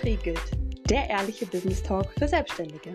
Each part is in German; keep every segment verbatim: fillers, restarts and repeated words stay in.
Entriegelt, der ehrliche Business Talk für Selbstständige.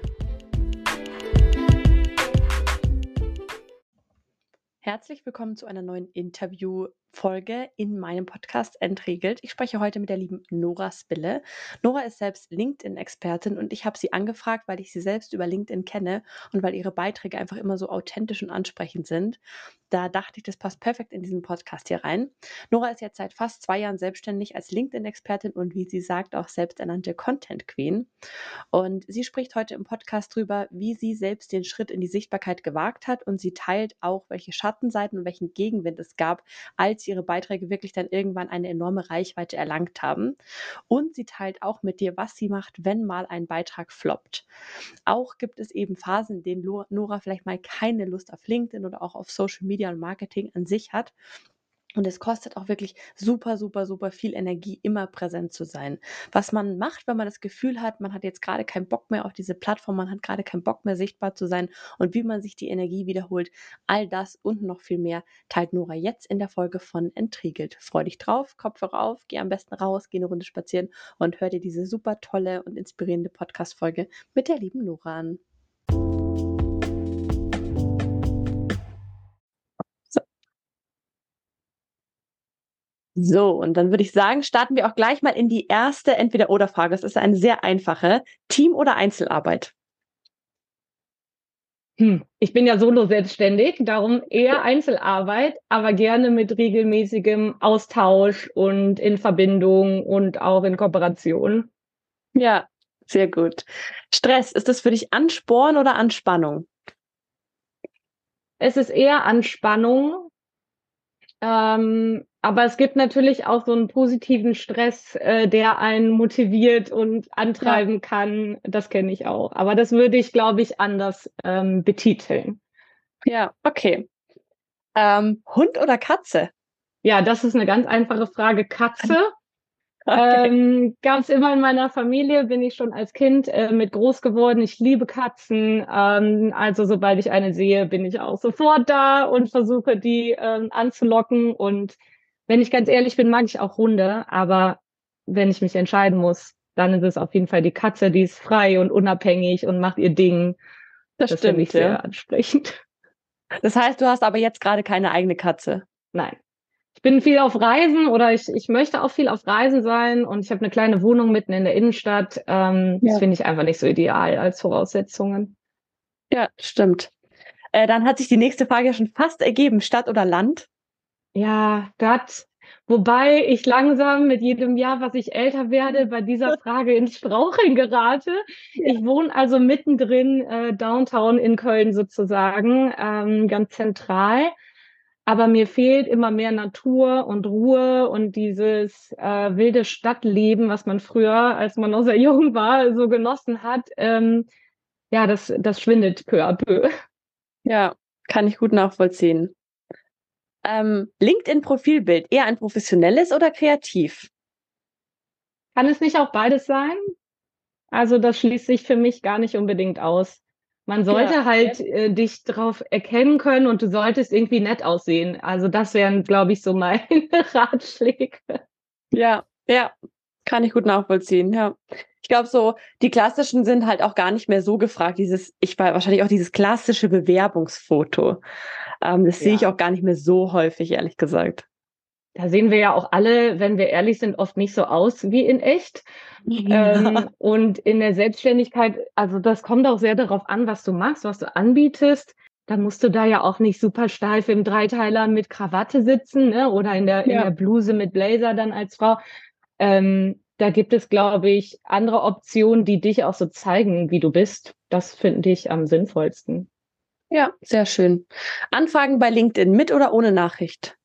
Herzlich willkommen zu einer neuen Interview-Folge in meinem Podcast Entriegelt. Ich spreche heute mit der lieben Nora Spille. Nora ist selbst LinkedIn-Expertin und ich habe sie angefragt, weil ich sie selbst über LinkedIn kenne und weil ihre Beiträge einfach immer so authentisch und ansprechend sind. Da dachte ich, das passt perfekt in diesen Podcast hier rein. Nora ist jetzt seit fast zwei Jahren selbstständig als LinkedIn-Expertin und wie sie sagt, auch selbsternannte Content Queen. Und sie spricht heute im Podcast drüber, wie sie selbst den Schritt in die Sichtbarkeit gewagt hat und sie teilt auch, welche Schattenseiten und welchen Gegenwind es gab, als ihre Beiträge wirklich dann irgendwann eine enorme Reichweite erlangt haben. Und sie teilt auch mit dir, was sie macht, wenn mal ein Beitrag floppt. Auch gibt es eben Phasen, in denen Nora vielleicht mal keine Lust auf LinkedIn oder auch auf Social Media und Marketing an sich hat. Und es kostet auch wirklich super, super, super viel Energie, immer präsent zu sein. Was man macht, wenn man das Gefühl hat, man hat jetzt gerade keinen Bock mehr auf diese Plattform, man hat gerade keinen Bock mehr, sichtbar zu sein und wie man sich die Energie wiederholt, all das und noch viel mehr teilt Nora jetzt in der Folge von Entriegelt. Freu dich drauf, Kopfhörer auf, geh am besten raus, geh eine Runde spazieren und hör dir diese super tolle und inspirierende Podcast-Folge mit der lieben Nora an. So, und dann würde ich sagen, starten wir auch gleich mal in die erste Entweder-Oder-Frage. Es ist eine sehr einfache. Team- oder Einzelarbeit? Hm. Ich bin ja solo selbstständig, darum eher Einzelarbeit, aber gerne mit regelmäßigem Austausch und in Verbindung und auch in Kooperation. Ja, sehr gut. Stress, ist das für dich Ansporn oder Anspannung? Es ist eher Anspannung, ähm, aber es gibt natürlich auch so einen positiven Stress, äh, der einen motiviert und antreiben ja. kann. Das kenne ich auch. Aber das würde ich, glaube ich, anders ähm, betiteln. Ja, okay. Ähm, Hund oder Katze? Ja, das ist eine ganz einfache Frage. Katze. Okay. Ähm, gab es immer in meiner Familie, bin ich schon als Kind äh, mit groß geworden. Ich liebe Katzen. Ähm, also sobald ich eine sehe, bin ich auch sofort da und versuche, die ähm, anzulocken. Und wenn ich ganz ehrlich bin, mag ich auch Hunde. Aber wenn ich mich entscheiden muss, dann ist es auf jeden Fall die Katze, die ist frei und unabhängig und macht ihr Ding. Das, das stimmt, finde ich ja. sehr ansprechend. Das heißt, du hast aber jetzt gerade keine eigene Katze? Nein. Ich bin viel auf Reisen oder ich, ich möchte auch viel auf Reisen sein und ich habe eine kleine Wohnung mitten in der Innenstadt. Ähm, ja. Das finde ich einfach nicht so ideal als Voraussetzungen. Ja, stimmt. Äh, dann hat sich die nächste Frage ja schon fast ergeben. Stadt oder Land? Ja, Stadt. Wobei ich langsam mit jedem Jahr, was ich älter werde, bei dieser Frage ins Straucheln gerate. Ja. Ich wohne also mittendrin, äh, Downtown in Köln sozusagen, ähm, ganz zentral. Aber mir fehlt immer mehr Natur und Ruhe und dieses äh, wilde Stadtleben, was man früher, als man noch sehr jung war, so genossen hat. Ähm, ja, das, das schwindet peu à peu. Ja, kann ich gut nachvollziehen. Ähm, LinkedIn-Profilbild, eher ein professionelles oder kreativ? Kann es nicht auch beides sein? Also das schließt sich für mich gar nicht unbedingt aus. Man sollte ja. halt äh, dich drauf erkennen können und du solltest irgendwie nett aussehen. Also das wären, glaube ich, so meine Ratschläge. Ja, ja, kann ich gut nachvollziehen, ja. Ich glaube so, die klassischen sind halt auch gar nicht mehr so gefragt. Dieses, ich war wahrscheinlich auch dieses klassische Bewerbungsfoto. Ähm, das ja. sehe ich auch gar nicht mehr so häufig, ehrlich gesagt. Da sehen wir ja auch alle, wenn wir ehrlich sind, oft nicht so aus wie in echt. Ja. Ähm, und in der Selbstständigkeit, also das kommt auch sehr darauf an, was du machst, was du anbietest. Da musst du da ja auch nicht super steif im Dreiteiler mit Krawatte sitzen, ne? Oder in der, ja. in der Bluse mit Blazer dann als Frau. Ähm, da gibt es, glaube ich, andere Optionen, die dich auch so zeigen, wie du bist. Das finde ich am sinnvollsten. Ja, sehr schön. Anfragen bei LinkedIn mit oder ohne Nachricht?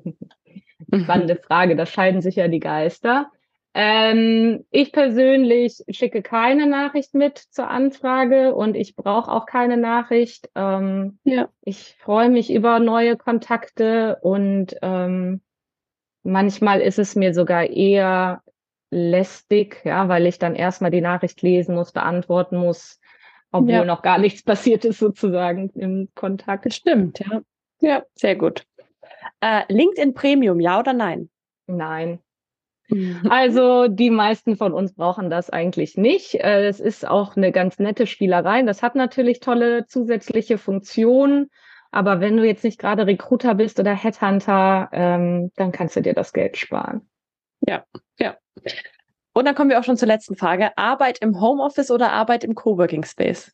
Spannende Frage, da scheiden sich ja die Geister. Ähm, ich persönlich schicke keine Nachricht mit zur Anfrage und ich brauche auch keine Nachricht. Ähm, ja. Ich freue mich über neue Kontakte und ähm, manchmal ist es mir sogar eher lästig, ja, weil ich dann erstmal die Nachricht lesen muss, beantworten muss, obwohl ja. noch gar nichts passiert ist sozusagen im Kontakt. Das stimmt, ja. Ja, sehr gut. Äh, LinkedIn Premium, ja oder nein? Nein. Also die meisten von uns brauchen das eigentlich nicht. Äh, Es ist auch eine ganz nette Spielerei. Das hat natürlich tolle zusätzliche Funktionen. Aber wenn du jetzt nicht gerade Recruiter bist oder Headhunter, ähm, dann kannst du dir das Geld sparen. Ja, ja. Und dann kommen wir auch schon zur letzten Frage. Arbeit im Homeoffice oder Arbeit im Coworking Space?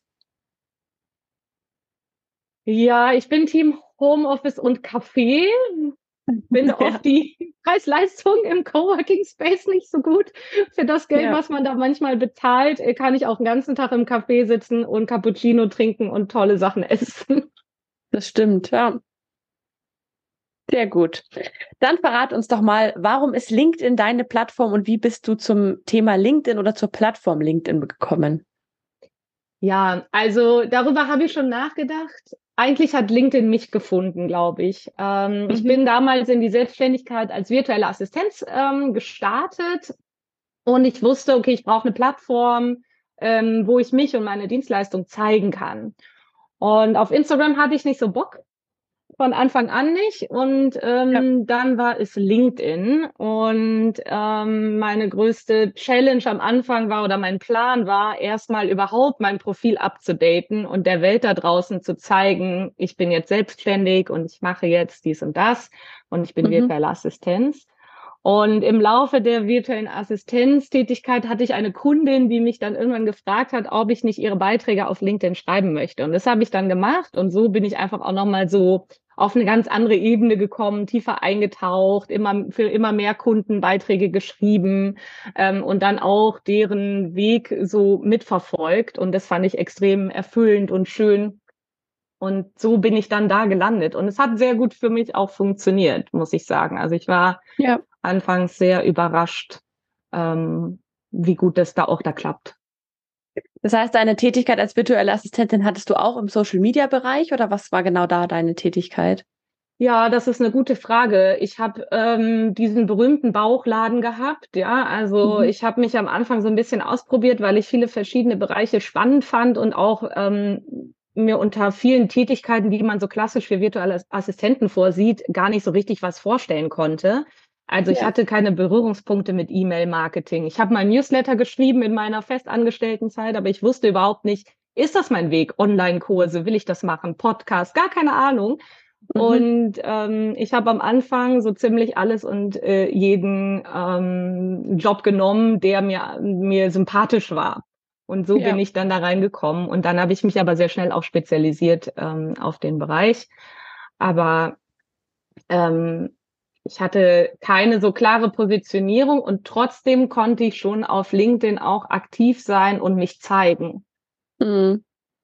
Ja, ich bin Team Homeoffice und Café. Finde Ja, oft die Preis-Leistung im Coworking Space nicht so gut. Für das Geld, ja, was man da manchmal bezahlt, äh, kann ich auch den ganzen Tag im Café sitzen und Cappuccino trinken und tolle Sachen essen. das stimmt, ja. Sehr gut. Dann verrat uns doch mal, warum ist LinkedIn deine Plattform und wie bist du zum Thema LinkedIn oder zur Plattform LinkedIn gekommen? Ja, also darüber habe ich schon nachgedacht. Eigentlich hat LinkedIn mich gefunden, glaube ich. Ähm, ich Mhm. bin damals in die Selbstständigkeit als virtuelle Assistenz ähm, gestartet und ich wusste, okay, ich brauche eine Plattform, ähm, wo ich mich und meine Dienstleistung zeigen kann. Und auf Instagram hatte ich nicht so Bock, von Anfang an nicht. Und Ja. ähm, dann war es LinkedIn. Und ähm, meine größte Challenge am Anfang war oder mein Plan war, erstmal überhaupt mein Profil abzudaten und der Welt da draußen zu zeigen, ich bin jetzt selbstständig und ich mache jetzt dies und das und ich bin Mhm. virtuelle Assistenz. Und im Laufe der virtuellen Assistenztätigkeit hatte ich eine Kundin, die mich dann irgendwann gefragt hat, ob ich nicht ihre Beiträge auf LinkedIn schreiben möchte. Und das habe ich dann gemacht. Und so bin ich einfach auch nochmal so auf eine ganz andere Ebene gekommen, tiefer eingetaucht, immer für immer mehr Kunden Beiträge geschrieben ähm, und dann auch deren Weg so mitverfolgt. Und das fand ich extrem erfüllend und schön. Und so bin ich dann da gelandet. Und es hat sehr gut für mich auch funktioniert, muss ich sagen. Also ich war Ja. anfangs sehr überrascht, ähm, wie gut das da auch da klappt. Das heißt, deine Tätigkeit als virtuelle Assistentin hattest du auch im Social-Media-Bereich oder was war genau da deine Tätigkeit? Ja, das ist eine gute Frage. Ich habe ähm, diesen berühmten Bauchladen gehabt. Ja, also Mhm. ich habe mich am Anfang so ein bisschen ausprobiert, weil ich viele verschiedene Bereiche spannend fand und auch ähm, mir unter vielen Tätigkeiten, die man so klassisch für virtuelle Assistenten vorsieht, gar nicht so richtig was vorstellen konnte. Also ich Ja. hatte keine Berührungspunkte mit E-Mail-Marketing. Ich habe mein Newsletter geschrieben in meiner festangestellten Zeit, aber ich wusste überhaupt nicht, ist das mein Weg? Online-Kurse, will ich das machen? Podcast? Gar keine Ahnung. Mhm. Und ähm, ich habe am Anfang so ziemlich alles und äh, jeden ähm, Job genommen, der mir, mir sympathisch war. Und so bin Ja. ich dann da reingekommen. Und dann habe ich mich aber sehr schnell auch spezialisiert ähm, auf den Bereich. Aber ähm, ich hatte keine so klare Positionierung und trotzdem konnte ich schon auf LinkedIn auch aktiv sein und mich zeigen. Mhm.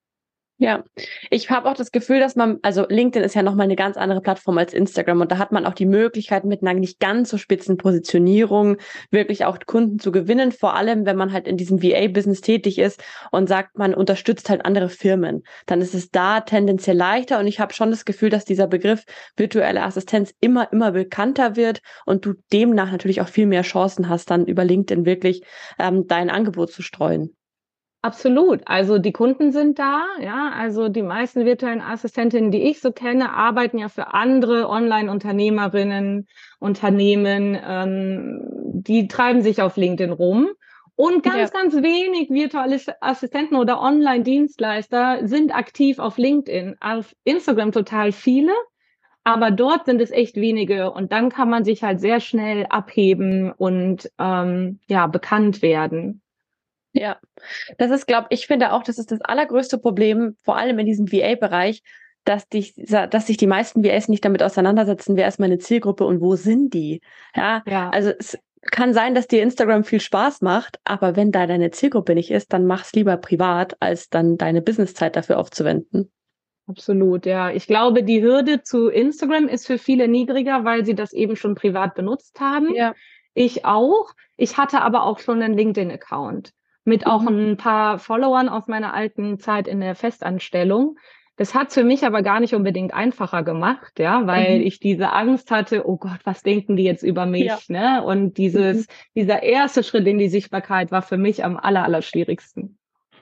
Ja, ich habe auch das Gefühl, dass man, also LinkedIn ist ja noch mal 'ne ganz andere Plattform als Instagram und da hat man auch die Möglichkeit, mit 'ner nicht ganz so spitzen Positionierung wirklich auch Kunden zu gewinnen, vor allem, wenn man halt in diesem V A-Business tätig ist und sagt, man unterstützt halt andere Firmen. Dann ist es da tendenziell leichter und ich habe schon das Gefühl, dass dieser Begriff virtuelle Assistenz immer, immer bekannter wird und du demnach natürlich auch viel mehr Chancen hast, dann über LinkedIn wirklich, ähm, dein Angebot zu streuen. Absolut. Also die Kunden sind da, ja. Also die meisten virtuellen Assistentinnen, die ich so kenne, arbeiten ja für andere Online-Unternehmerinnen, Unternehmen. Ähm, die treiben sich auf LinkedIn rum. Und ganz, Ja. ganz wenig virtuelle Assistenten oder Online-Dienstleister sind aktiv auf LinkedIn. Auf Instagram total viele, aber dort sind es echt wenige. Und dann kann man sich halt sehr schnell abheben und ähm, ja, bekannt werden. Ja, das ist, glaube ich finde auch, das ist das allergrößte Problem, vor allem in diesem V A-Bereich, dass dich dass sich die meisten V As nicht damit auseinandersetzen, wer ist meine Zielgruppe und wo sind die? Ja, Ja. also es kann sein, dass dir Instagram viel Spaß macht, aber wenn da deine Zielgruppe nicht ist, dann mach's lieber privat, als dann deine Businesszeit dafür aufzuwenden. Absolut, ja. Ich glaube, die Hürde zu Instagram ist für viele niedriger, weil sie das eben schon privat benutzt haben. Ja. Ich auch. Ich hatte aber auch schon einen LinkedIn-Account mit auch Mhm. ein paar Followern aus meiner alten Zeit in der Festanstellung. Das hat's für mich aber gar nicht unbedingt einfacher gemacht, ja, weil Mhm. ich diese Angst hatte, oh Gott, was denken die jetzt über Ja. mich, ne? Und Mhm. dieses, dieser erste Schritt in die Sichtbarkeit war für mich am aller, aller schwierigsten.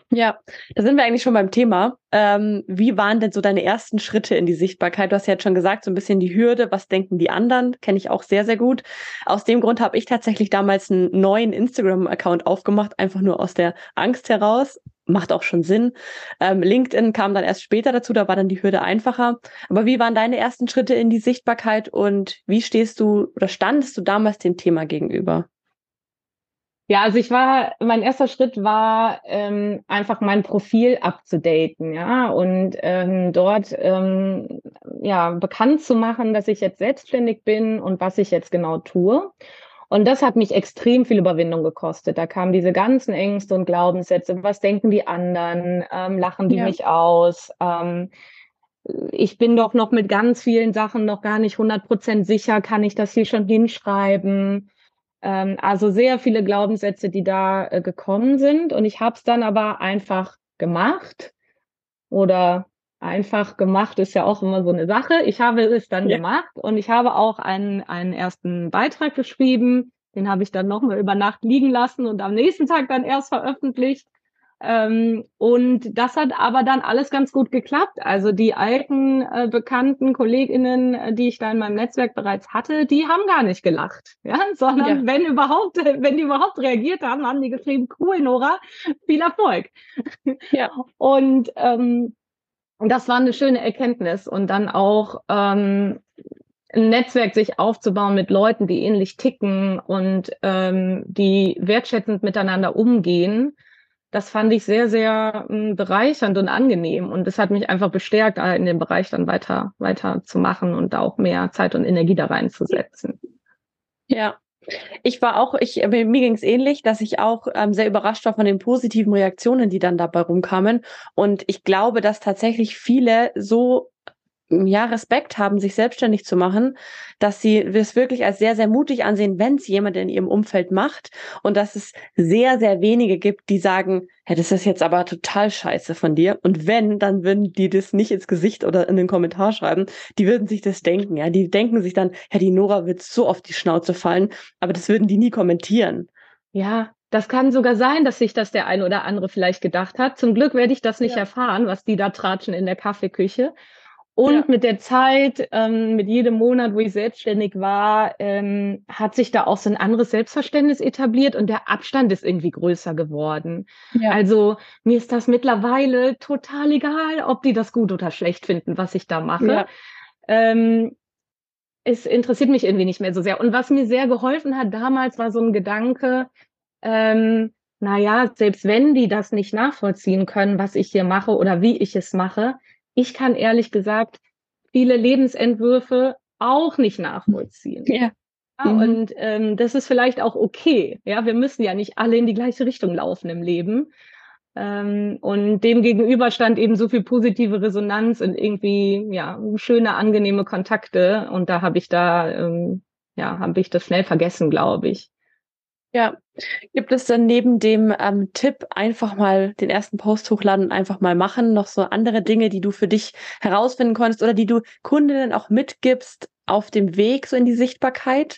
Ja, da sind wir eigentlich schon beim Thema. Ähm, wie waren denn so deine ersten Schritte in die Sichtbarkeit? Du hast ja jetzt schon gesagt, so ein bisschen die Hürde, was denken die anderen, kenne ich auch sehr, sehr gut. Aus dem Grund habe ich tatsächlich damals einen neuen Instagram-Account aufgemacht, einfach nur aus der Angst heraus. Macht auch schon Sinn. Ähm, LinkedIn kam dann erst später dazu, da war dann die Hürde einfacher. Aber wie waren deine ersten Schritte in die Sichtbarkeit und wie stehst du oder standest du damals dem Thema gegenüber? Ja, also ich war, mein erster Schritt war ähm, einfach mein Profil abzudaten, ja, und ähm, dort ähm, ja bekannt zu machen, dass ich jetzt selbstständig bin und was ich jetzt genau tue. Und das hat mich extrem viel Überwindung gekostet. Da kamen diese ganzen Ängste und Glaubenssätze. Was denken die anderen? Ähm, lachen die Ja, mich aus? Ähm, ich bin doch noch mit ganz vielen Sachen noch gar nicht hundert Prozent sicher. Kann ich das hier schon hinschreiben? Ähm, also sehr viele Glaubenssätze, die da äh, gekommen sind. Und ich habe es dann aber einfach gemacht. Oder einfach gemacht ist ja auch immer so eine Sache. Ich habe es dann ja, gemacht und ich habe auch einen, einen ersten Beitrag geschrieben. Den habe ich dann nochmal über Nacht liegen lassen und am nächsten Tag dann erst veröffentlicht. Ähm, und das hat aber dann alles ganz gut geklappt. Also die alten äh, bekannten KollegInnen, äh, die ich da in meinem Netzwerk bereits hatte, die haben gar nicht gelacht, ja, ja, sondern wenn überhaupt, wenn die überhaupt reagiert haben, haben die geschrieben, cool, Nora, viel Erfolg. ja, Und ähm, das war eine schöne Erkenntnis. Und dann auch ähm, ein Netzwerk sich aufzubauen mit Leuten, die ähnlich ticken und ähm, die wertschätzend miteinander umgehen. Das fand ich sehr, sehr ähm, bereichernd und angenehm. Und das hat mich einfach bestärkt, äh, in dem Bereich dann weiter, weiter zu machen und da auch mehr Zeit und Energie da reinzusetzen. ja. Ich war auch, ich, mir ging es ähnlich, dass ich auch ähm, sehr überrascht war von den positiven Reaktionen, die dann dabei rumkamen. Und ich glaube, dass tatsächlich viele so ja, Respekt haben, sich selbstständig zu machen, dass sie es wirklich als sehr, sehr mutig ansehen, wenn es jemand in ihrem Umfeld macht und dass es sehr, sehr wenige gibt, die sagen, hey, das ist jetzt aber total scheiße von dir. Und wenn, dann würden die das nicht ins Gesicht oder in den Kommentar schreiben, die würden sich das denken, ja, die denken sich dann, ja, die Nora wird so auf die Schnauze fallen, aber das würden die nie kommentieren. Ja, das kann sogar sein, dass sich das der eine oder andere vielleicht gedacht hat. Zum Glück werde ich das nicht Ja. erfahren, was die da tratschen in der Kaffeeküche. Und Ja, mit der Zeit, ähm, mit jedem Monat, wo ich selbstständig war, ähm, hat sich da auch so ein anderes Selbstverständnis etabliert und der Abstand ist irgendwie größer geworden. ja, Also mir ist das mittlerweile total egal, ob die das gut oder schlecht finden, was ich da mache. ja, Ähm, es interessiert mich irgendwie nicht mehr so sehr. Und was mir sehr geholfen hat damals, war so ein Gedanke, ähm, naja, selbst wenn die das nicht nachvollziehen können, was ich hier mache oder wie ich es mache, ich kann ehrlich gesagt viele Lebensentwürfe auch nicht nachvollziehen. ja. Ja, Mhm. und ähm, das ist vielleicht auch okay. Ja, wir müssen ja nicht alle in die gleiche Richtung laufen im Leben. Ähm, und dem gegenüber stand eben so viel positive Resonanz und irgendwie, ja, schöne, angenehme Kontakte. Und da habe ich da, ähm, ja, habe ich das schnell vergessen, glaube ich. Ja. Gibt es denn neben dem ähm, Tipp, einfach mal den ersten Post hochladen, einfach mal machen, noch so andere Dinge, die du für dich herausfinden konntest oder die du Kundinnen auch mitgibst auf dem Weg so in die Sichtbarkeit?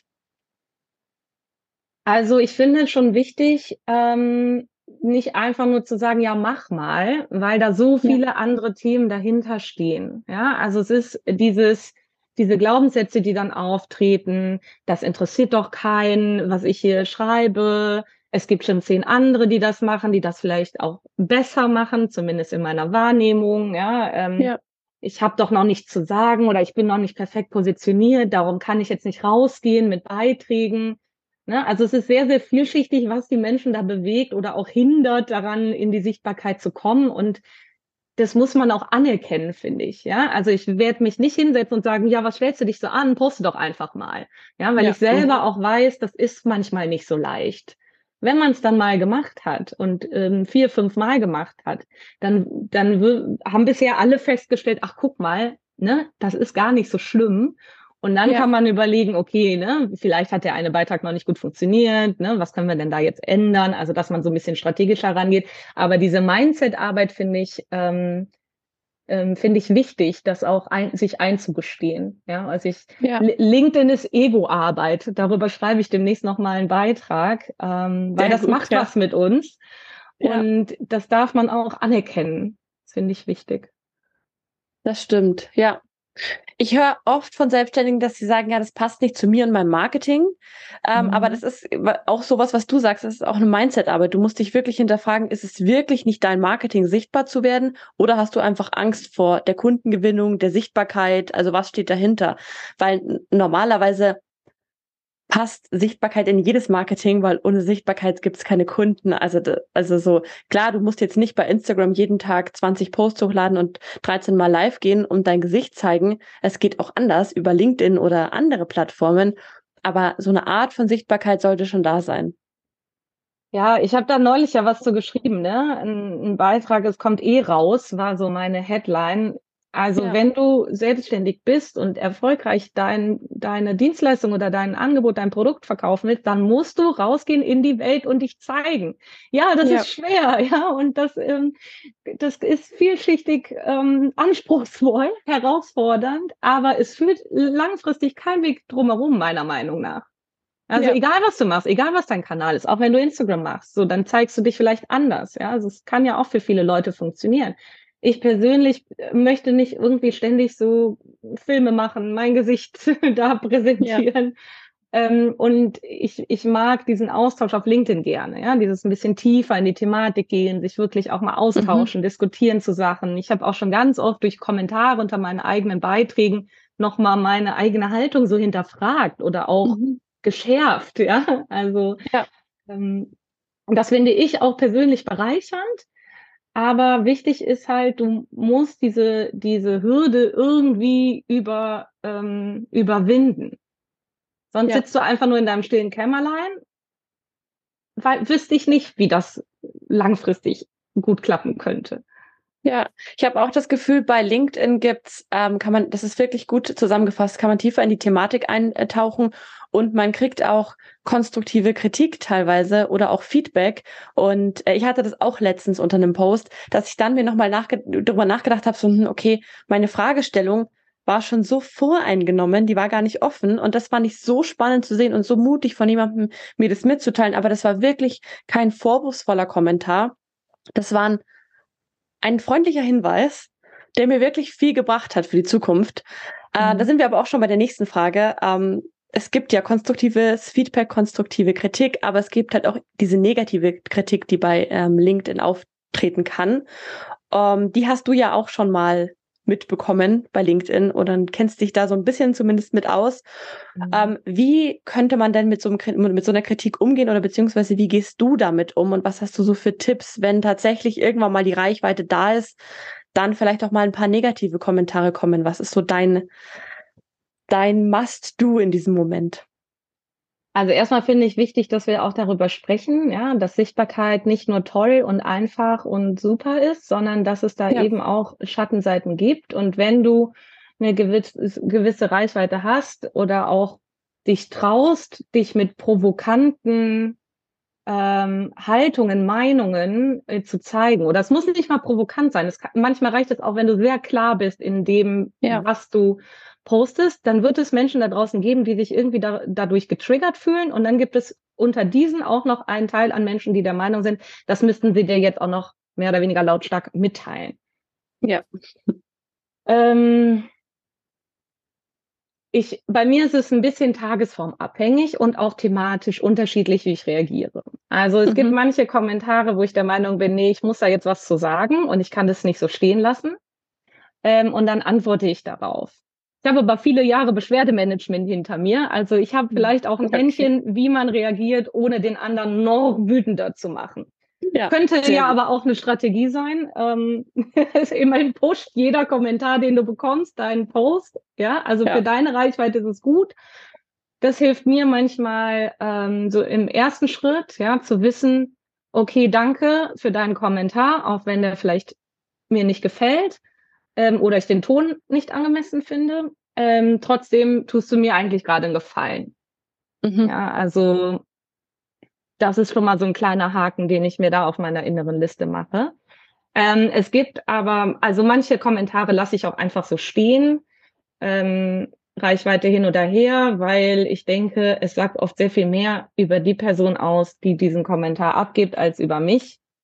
Also ich finde schon wichtig, ähm, nicht einfach nur zu sagen, ja, mach mal, weil da so Ja, viele andere Themen dahinter stehen. Ja, also es ist dieses, diese Glaubenssätze, die dann auftreten, das interessiert doch keinen, was ich hier schreibe. Es gibt schon zehn andere, die das machen, die das vielleicht auch besser machen, zumindest in meiner Wahrnehmung. Ja, ähm, ja, ich habe doch noch nichts zu sagen oder ich bin noch nicht perfekt positioniert, darum kann ich jetzt nicht rausgehen mit Beiträgen. Ne? Also es ist sehr, sehr vielschichtig, was die Menschen da bewegt oder auch hindert, daran in die Sichtbarkeit zu kommen. Und das muss man auch anerkennen, finde ich. Ja, also ich werde mich nicht hinsetzen und sagen, ja, was stellst du dich so an? Poste doch einfach mal. Ja, weil ich ja, selber mhm. auch weiß, das ist manchmal nicht so leicht. Wenn man es dann mal gemacht hat und ähm, vier, fünf Mal gemacht hat, dann, dann wir- haben bisher alle festgestellt, ach, guck mal, ne, das ist gar nicht so schlimm. Und dann Ja, kann man überlegen, okay, ne, vielleicht hat der eine Beitrag noch nicht gut funktioniert, ne, was können wir denn da jetzt ändern? Also, dass man so ein bisschen strategischer rangeht. Aber diese Mindset-Arbeit finde ich, ähm, ähm, finde ich wichtig, das auch ein, sich einzugestehen. Ja, also ich, ja, LinkedIn ist Ego-Arbeit. Darüber schreibe ich demnächst noch mal einen Beitrag, ähm, weil sehr das gut, macht ja. was mit uns. Ja, Und das darf man auch anerkennen. Das finde ich wichtig. das stimmt. Ja. Ich höre oft von Selbstständigen, dass sie sagen, ja, das passt nicht zu mir und meinem Marketing. Ähm, aber Mhm. das ist auch sowas, was du sagst, das ist auch eine Mindset-Arbeit. Du musst dich wirklich hinterfragen, ist es wirklich nicht dein Marketing, sichtbar zu werden? Oder hast du einfach Angst vor der Kundengewinnung, der Sichtbarkeit? Also was steht dahinter? Weil n- normalerweise passt Sichtbarkeit in jedes Marketing, weil ohne Sichtbarkeit gibt es keine Kunden. Also, d- also so, klar, du musst jetzt nicht bei Instagram jeden Tag zwanzig Posts hochladen und dreizehn Mal live gehen und dein Gesicht zeigen. Es geht auch anders über LinkedIn oder andere Plattformen. Aber so eine Art von Sichtbarkeit sollte schon da sein. Ja, ich habe da neulich ja was zu geschrieben, ne? Ein, ein Beitrag, es kommt eh raus, war so meine Headline. Also Ja, wenn du selbstständig bist und erfolgreich dein, deine Dienstleistung oder dein Angebot, dein Produkt verkaufen willst, dann musst du rausgehen in die Welt und dich zeigen. Ja, das ist ja, schwer, ja, und das, ähm, das ist vielschichtig ähm, anspruchsvoll, herausfordernd, aber es führt langfristig kein Weg drumherum, meiner Meinung nach. Also ja, egal, was du machst, egal, was dein Kanal ist, auch wenn du Instagram machst, so, dann zeigst du dich vielleicht anders, ja. Also es kann ja auch für viele Leute funktionieren. Ich persönlich äh, möchte nicht irgendwie ständig so Filme machen, mein Gesicht da ja. präsentieren. Ähm, und ich, ich mag diesen Austausch auf LinkedIn gerne, ja, dieses ein bisschen tiefer in die Thematik gehen, sich wirklich auch mal Mhm. austauschen, diskutieren zu Sachen. Ich habe auch schon ganz oft durch Kommentare unter meinen eigenen Beiträgen nochmal meine eigene Haltung so hinterfragt oder auch Mhm. geschärft, ja. Also Ja, ähm, das finde ich auch persönlich bereichernd. Aber wichtig ist halt, du musst diese, diese Hürde irgendwie über, ähm, überwinden. Sonst ja. sitzt du einfach nur in deinem stillen Kämmerlein, weil wüsste ich nicht, wie das langfristig gut klappen könnte. Ja, ich habe auch das Gefühl, bei LinkedIn gibt's, ähm, kann man, das ist wirklich gut zusammengefasst, kann man tiefer in die Thematik eintauchen und man kriegt auch konstruktive Kritik teilweise oder auch Feedback. Und äh, ich hatte das auch letztens unter einem Post, dass ich dann mir nochmal nachge darüber nachgedacht habe, so, hm, okay, meine Fragestellung war schon so voreingenommen, die war gar nicht offen und das fand ich so spannend zu sehen und so mutig von jemandem, mir das mitzuteilen. Aber das war wirklich kein vorwurfsvoller Kommentar. Das waren ein freundlicher Hinweis, der mir wirklich viel gebracht hat für die Zukunft. Äh, da Mhm. sind wir aber auch schon bei der nächsten Frage. Ähm, es gibt ja konstruktives Feedback, konstruktive Kritik, aber es gibt halt auch diese negative Kritik, die bei ähm, LinkedIn auftreten kann. Ähm, die hast du ja auch schon mal mitbekommen bei LinkedIn oder kennst dich da so ein bisschen zumindest mit aus. Mhm. Ähm, wie könnte man denn mit so, einem, mit so einer Kritik umgehen oder beziehungsweise wie gehst du damit um und was hast du so für Tipps, wenn tatsächlich irgendwann mal die Reichweite da ist, dann vielleicht auch mal ein paar negative Kommentare kommen? Was ist so dein, dein Must-Do in diesem Moment? Also erstmal finde ich wichtig, dass wir auch darüber sprechen, ja, dass Sichtbarkeit nicht nur toll und einfach und super ist, sondern dass es da Ja, eben auch Schattenseiten gibt. Und wenn du eine gewisse, gewisse Reichweite hast oder auch dich traust, dich mit provokanten ähm, Haltungen, Meinungen äh, zu zeigen. Oder es muss nicht mal provokant sein. Es kann, manchmal reicht es auch, wenn du sehr klar bist in dem, ja, was du postest, dann wird es Menschen da draußen geben, die sich irgendwie da, dadurch getriggert fühlen. Und dann gibt es unter diesen auch noch einen Teil an Menschen, die der Meinung sind, das müssten sie dir jetzt auch noch mehr oder weniger lautstark mitteilen. ja. Ähm, Ich, bei mir ist es ein bisschen tagesformabhängig und auch thematisch unterschiedlich, wie ich reagiere. Also es gibt Mhm. manche Kommentare, wo ich der Meinung bin, nee, ich muss da jetzt was zu sagen und ich kann das nicht so stehen lassen. Ähm, und dann antworte ich darauf. Ich habe aber viele Jahre Beschwerdemanagement hinter mir. Also ich habe vielleicht auch ein Okay. Händchen, wie man reagiert, ohne den anderen noch wütender zu machen. Ja, Könnte sehr ja gut. aber auch eine Strategie sein. Ähm, immerhin pusht jeder Kommentar, den du bekommst, deinen Post. Ja, also für Ja, deine Reichweite ist es gut. Das hilft mir manchmal ähm, so im ersten Schritt, ja, zu wissen, okay, danke für deinen Kommentar, auch wenn der vielleicht mir nicht gefällt ähm, oder ich den Ton nicht angemessen finde. Ähm, trotzdem tust du mir eigentlich gerade einen Gefallen. mhm. Ja, also das ist schon mal so ein kleiner Haken, den ich mir da auf meiner inneren Liste mache. Ähm, es gibt aber, also manche Kommentare lasse ich auch einfach so stehen, ähm, Reichweite hin oder her, weil ich denke, es sagt oft sehr viel mehr über die Person aus, die diesen Kommentar abgibt, als über mich.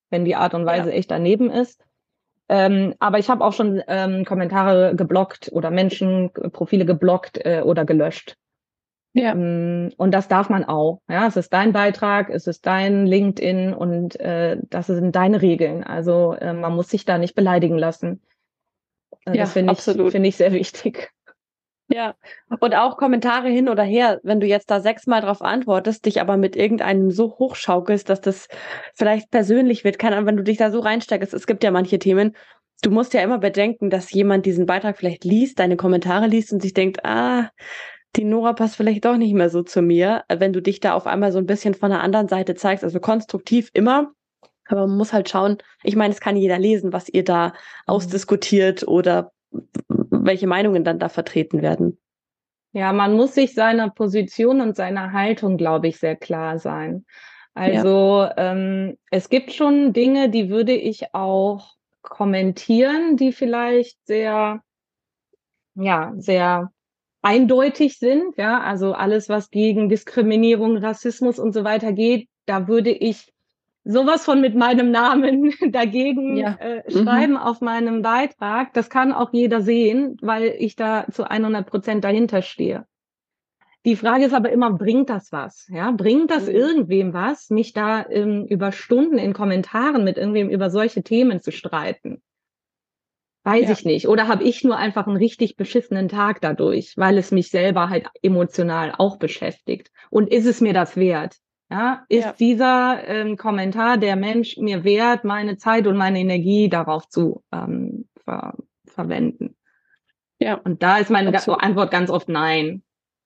wenn die Art und Weise Ja. echt daneben ist. Ähm, aber ich habe auch schon ähm, Kommentare geblockt oder Menschen, äh, Profile geblockt äh, oder gelöscht. Ja. Ähm, und das darf man auch. Ja, es ist dein Beitrag, es ist dein LinkedIn und äh, das sind deine Regeln. Also äh, man muss sich da nicht beleidigen lassen. Äh, das Ja, finde ich, absolut. finde ich sehr wichtig. Ja. Und auch Kommentare hin oder her, wenn du jetzt da sechsmal drauf antwortest, dich aber mit irgendeinem so hochschaukelst, dass das vielleicht persönlich wird, keine Ahnung, wenn du dich da so reinsteigst, es gibt ja manche Themen, du musst ja immer bedenken, dass jemand diesen Beitrag vielleicht liest, deine Kommentare liest und sich denkt, ah, die Nora passt vielleicht doch nicht mehr so zu mir, wenn du dich da auf einmal so ein bisschen von der anderen Seite zeigst, also konstruktiv immer, aber man muss halt schauen, ich meine, es kann jeder lesen, was ihr da Mhm. ausdiskutiert oder welche Meinungen dann da vertreten werden. Ja, man muss sich seiner Position und seiner Haltung, glaube ich, sehr klar sein. Ja, Also ähm, es gibt schon Dinge, die würde ich auch kommentieren, die vielleicht sehr, ja, sehr eindeutig sind. Ja, also alles, was gegen Diskriminierung, Rassismus und so weiter geht, da würde ich sowas von mit meinem Namen dagegen ja. äh, Mhm. schreiben auf meinem Beitrag. Das kann auch jeder sehen, weil ich da zu hundert Prozent dahinter stehe. Die Frage ist aber immer, bringt das was? Ja, bringt das Mhm. irgendwem was, mich da ähm, über Stunden in Kommentaren mit irgendwem über solche Themen zu streiten? Weiß Ja, ich nicht. Oder habe ich nur einfach einen richtig beschissenen Tag dadurch, weil es mich selber halt emotional auch beschäftigt? Und ist es mir das wert? Ja, ja, ist dieser ähm, Kommentar der Mensch mir wert, meine Zeit und meine Energie darauf zu ähm, ver verwenden? ja, Und da ist meine Ga- absolut. Antwort ganz oft nein.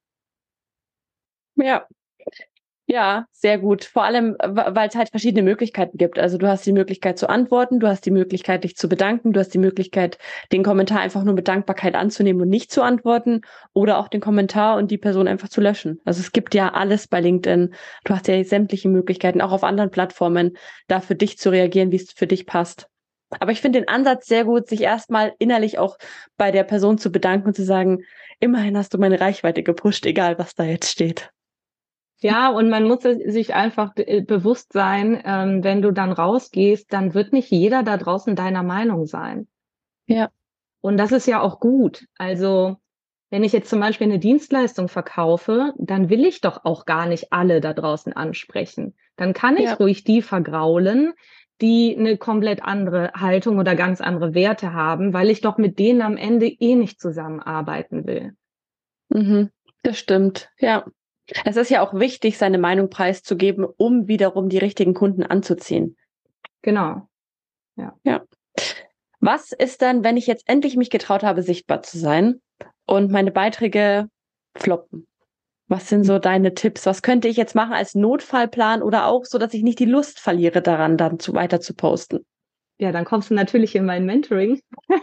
Ja, ja, sehr gut. Vor allem, weil es halt verschiedene Möglichkeiten gibt. Also du hast die Möglichkeit zu antworten, du hast die Möglichkeit, dich zu bedanken, du hast die Möglichkeit, den Kommentar einfach nur mit Dankbarkeit anzunehmen und nicht zu antworten oder auch den Kommentar und die Person einfach zu löschen. Also es gibt ja alles bei LinkedIn. Du hast ja sämtliche Möglichkeiten, auch auf anderen Plattformen, da für dich zu reagieren, wie es für dich passt. Aber ich finde den Ansatz sehr gut, sich erstmal innerlich auch bei der Person zu bedanken und zu sagen, immerhin hast du meine Reichweite gepusht, egal was da jetzt steht. Ja, und man muss es- sich einfach be äh, bewusst sein, ähm, wenn du dann rausgehst, dann wird nicht jeder da draußen deiner Meinung sein. Ja. Und das ist ja auch gut. Also, wenn ich jetzt zum Beispiel eine Dienstleistung verkaufe, dann will ich doch auch gar nicht alle da draußen ansprechen. Dann kann ich Ja. ruhig die vergraulen, die eine komplett andere Haltung oder ganz andere Werte haben, weil ich doch mit denen am Ende eh nicht zusammenarbeiten will. Mhm. Das stimmt, ja. Es ist ja auch wichtig, seine Meinung preiszugeben, um wiederum die richtigen Kunden anzuziehen. Genau, ja. Ja. Was ist denn, wenn ich jetzt endlich mich getraut habe, sichtbar zu sein und meine Beiträge floppen? Was sind so deine Tipps? Was könnte ich jetzt machen als Notfallplan oder auch so, dass ich nicht die Lust verliere daran, dann zu weiter zu posten? Ja, dann kommst du natürlich in mein Mentoring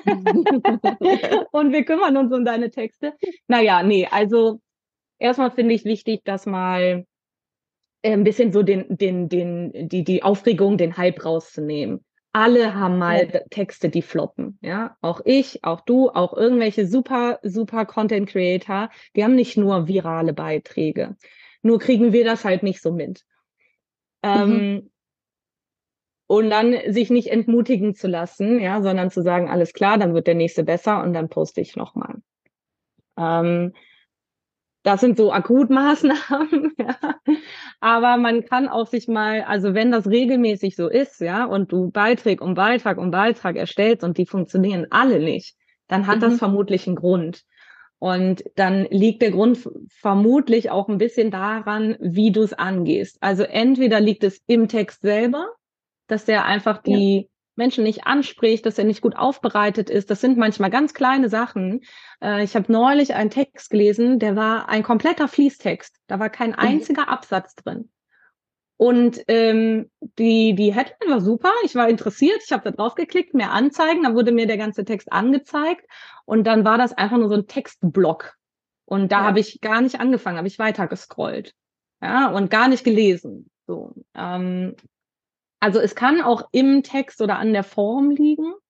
und wir kümmern uns um deine Texte. Na ja, ne, also erstmal finde ich wichtig, dass mal äh, ein bisschen so den den den die die Aufregung, den Hype rauszunehmen. Alle haben Ja. mal d Texte, die floppen, ja? Auch ich, auch du, auch irgendwelche super, super Content Creator, die haben nicht nur virale Beiträge. Nur kriegen wir das halt nicht so mit. Mhm. Ähm, und dann sich nicht entmutigen zu lassen, ja, sondern zu sagen: „Alles klar, dann wird der nächste besser und dann poste ich noch mal.“ Ähm, Das sind so Akutmaßnahmen, ja. Aber man kann auch sich mal, also wenn das regelmäßig so ist, ja, und du Beitrag um Beitrag um Beitrag erstellst und die funktionieren alle nicht, dann hat das Mhm. vermutlich einen Grund. Und dann liegt der Grund v vermutlich auch ein bisschen daran, wie du es angehst. Also entweder liegt es im Text selber, dass der einfach Ja. die Menschen nicht anspricht, dass er nicht gut aufbereitet ist. Das sind manchmal ganz kleine Sachen. Äh, ich habe neulich einen Text gelesen, der war ein kompletter Fließtext. Da war kein Mhm. einziger Absatz drin. Und ähm, die, die Headline war super. Ich war interessiert. Ich habe da drauf geklickt, mehr anzeigen. Dann wurde mir der ganze Text angezeigt. Und dann war das einfach nur so ein Textblock. Und da habe Ja. ich gar nicht angefangen, habe ich weiter gescrollt. Ja, und gar nicht gelesen. So. Ähm, also es kann auch im Text oder an der Form liegen.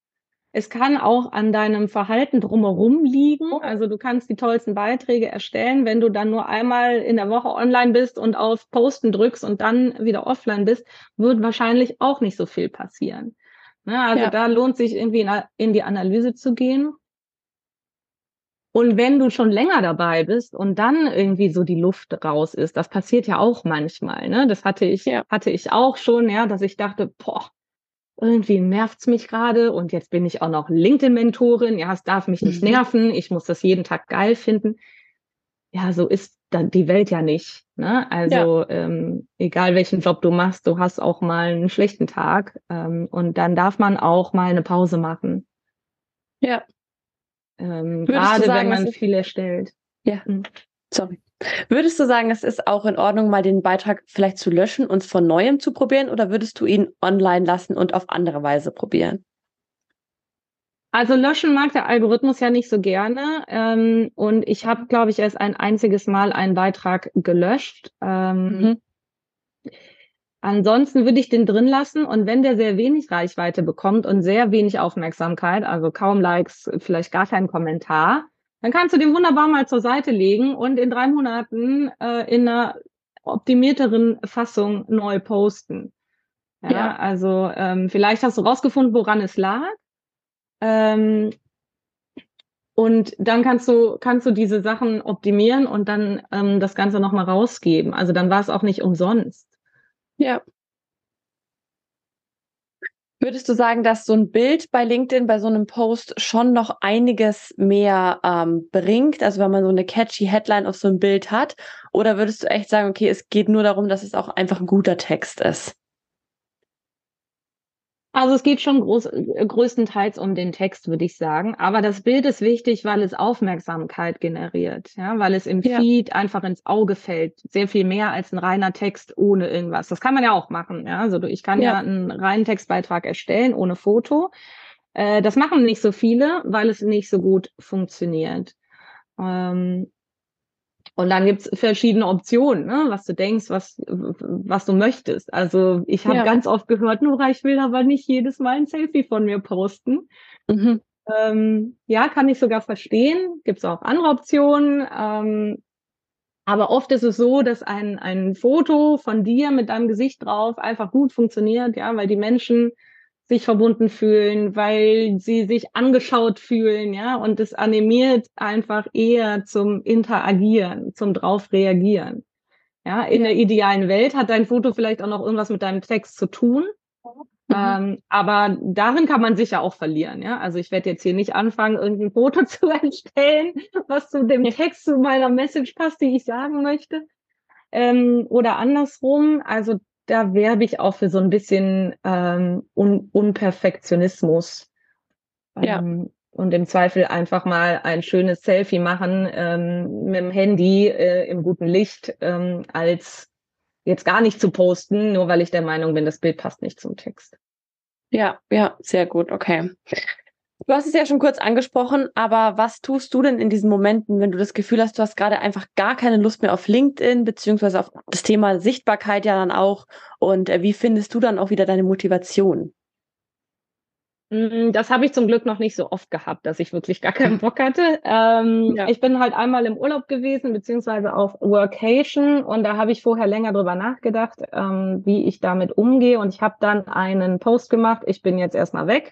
Es kann auch an deinem Verhalten drumherum liegen. Oh. Also du kannst die tollsten Beiträge erstellen. Wenn du dann nur einmal in der Woche online bist und auf Posten drückst und dann wieder offline bist, wird wahrscheinlich auch nicht so viel passieren. Ne, also Ja. da lohnt sich irgendwie in, in die Analyse zu gehen. Und wenn du schon länger dabei bist und dann irgendwie so die Luft raus ist, das passiert ja auch manchmal, ne? Das hatte ich, Ja. hatte ich auch schon, ja, dass ich dachte, boah, irgendwie nervt's mich gerade und jetzt bin ich auch noch LinkedIn-Mentorin. Ja, es darf mich nicht Mhm. nerven. Ich muss das jeden Tag geil finden. Ja, so ist dann die Welt ja nicht, ne? Ja. Also ähm, egal welchen Job du machst, du hast auch mal einen schlechten Tag ähm, und dann darf man auch mal eine Pause machen. Ja. Ähm, Würdest du gerade wenn sagen, es man ist, viel erstellt. ja, Mhm. sorry. Würdest du sagen, es ist auch in Ordnung, mal den Beitrag vielleicht zu löschen und von neuem zu probieren, oder würdest du ihn online lassen und auf andere Weise probieren? Also löschen mag der Algorithmus ja nicht so gerne. Ähm, und ich habe, glaube ich, erst ein einziges Mal einen Beitrag gelöscht. Ähm, Mhm. ansonsten würde ich den drin lassen. Und wenn der sehr wenig Reichweite bekommt und sehr wenig Aufmerksamkeit, also kaum Likes, vielleicht gar keinen Kommentar, dann kannst du den wunderbar mal zur Seite legen und in drei Monaten äh, in einer optimierteren Fassung neu posten. Ja, Ja. also ähm, vielleicht hast du rausgefunden, woran es lag. Ähm, Und dann kannst du, kannst du diese Sachen optimieren und dann ähm, das Ganze nochmal rausgeben. Also dann war es auch nicht umsonst. Ja. Würdest du sagen, dass so ein Bild bei LinkedIn bei so einem Post schon noch einiges mehr, ähm, bringt? Also, wenn man so eine catchy Headline auf so 'n Bild hat? Oder würdest du echt sagen: „Okay, es geht nur darum, dass es auch einfach 'n guter Text ist?“ Also es geht schon groß, äh, größtenteils um den Text, würde ich sagen. Aber das Bild ist wichtig, weil es Aufmerksamkeit generiert, ja, weil es im Ja. Feed einfach ins Auge fällt. Sehr viel mehr als ein reiner Text ohne irgendwas. Das kann man ja auch machen, ja. Also ich kann Ja. ja einen reinen Textbeitrag erstellen ohne Foto. Äh, das machen nicht so viele, weil es nicht so gut funktioniert. Ähm, Und dann gibt's verschiedene Optionen, ne, was du denkst, was, was du möchtest. Also ich habe Ja. ganz oft gehört, Nora, ich will aber nicht jedes Mal ein Selfie von mir posten. Mhm. Ähm, ja, kann ich sogar verstehen. Gibt's auch andere Optionen. Ähm, aber oft ist es so, dass ein, ein Foto von dir mit deinem Gesicht drauf einfach gut funktioniert, ja, weil die Menschen sich verbunden fühlen, weil sie sich angeschaut fühlen, ja, und es animiert einfach eher zum Interagieren, zum drauf reagieren. Ja, in Ja. der idealen Welt hat dein Foto vielleicht auch noch irgendwas mit deinem Text zu tun. Mhm. Ähm, aber darin kann man sich ja auch verlieren, ja. Also ich werde jetzt hier nicht anfangen, irgendein Foto zu erstellen, was zu dem Ja. Text, zu meiner Message passt, die ich sagen möchte. Ähm, oder andersrum. Also da werbe ich auch für so ein bisschen ähm, Un Unperfektionismus. Ja. Ähm, und im Zweifel einfach mal ein schönes Selfie machen ähm, mit dem Handy äh, im guten Licht, ähm, als jetzt gar nicht zu posten, nur weil ich der Meinung bin, das Bild passt nicht zum Text. Ja. Ja. Sehr gut, okay. Du hast es ja schon kurz angesprochen, aber was tust du denn in diesen Momenten, wenn du das Gefühl hast, du hast gerade einfach gar keine Lust mehr auf LinkedIn, beziehungsweise auf das Thema Sichtbarkeit ja dann auch? Und, äh, wie findest du dann auch wieder deine Motivation? Hm, das habe ich zum Glück noch nicht so oft gehabt, dass ich wirklich gar keinen Bock hatte. Ähm, Ja. ich bin halt einmal im Urlaub gewesen, beziehungsweise auf Workation, und da habe ich vorher länger drüber nachgedacht, ähm, wie ich damit umgehe, und ich habe dann einen Post gemacht: „Ich bin jetzt erst mal weg“,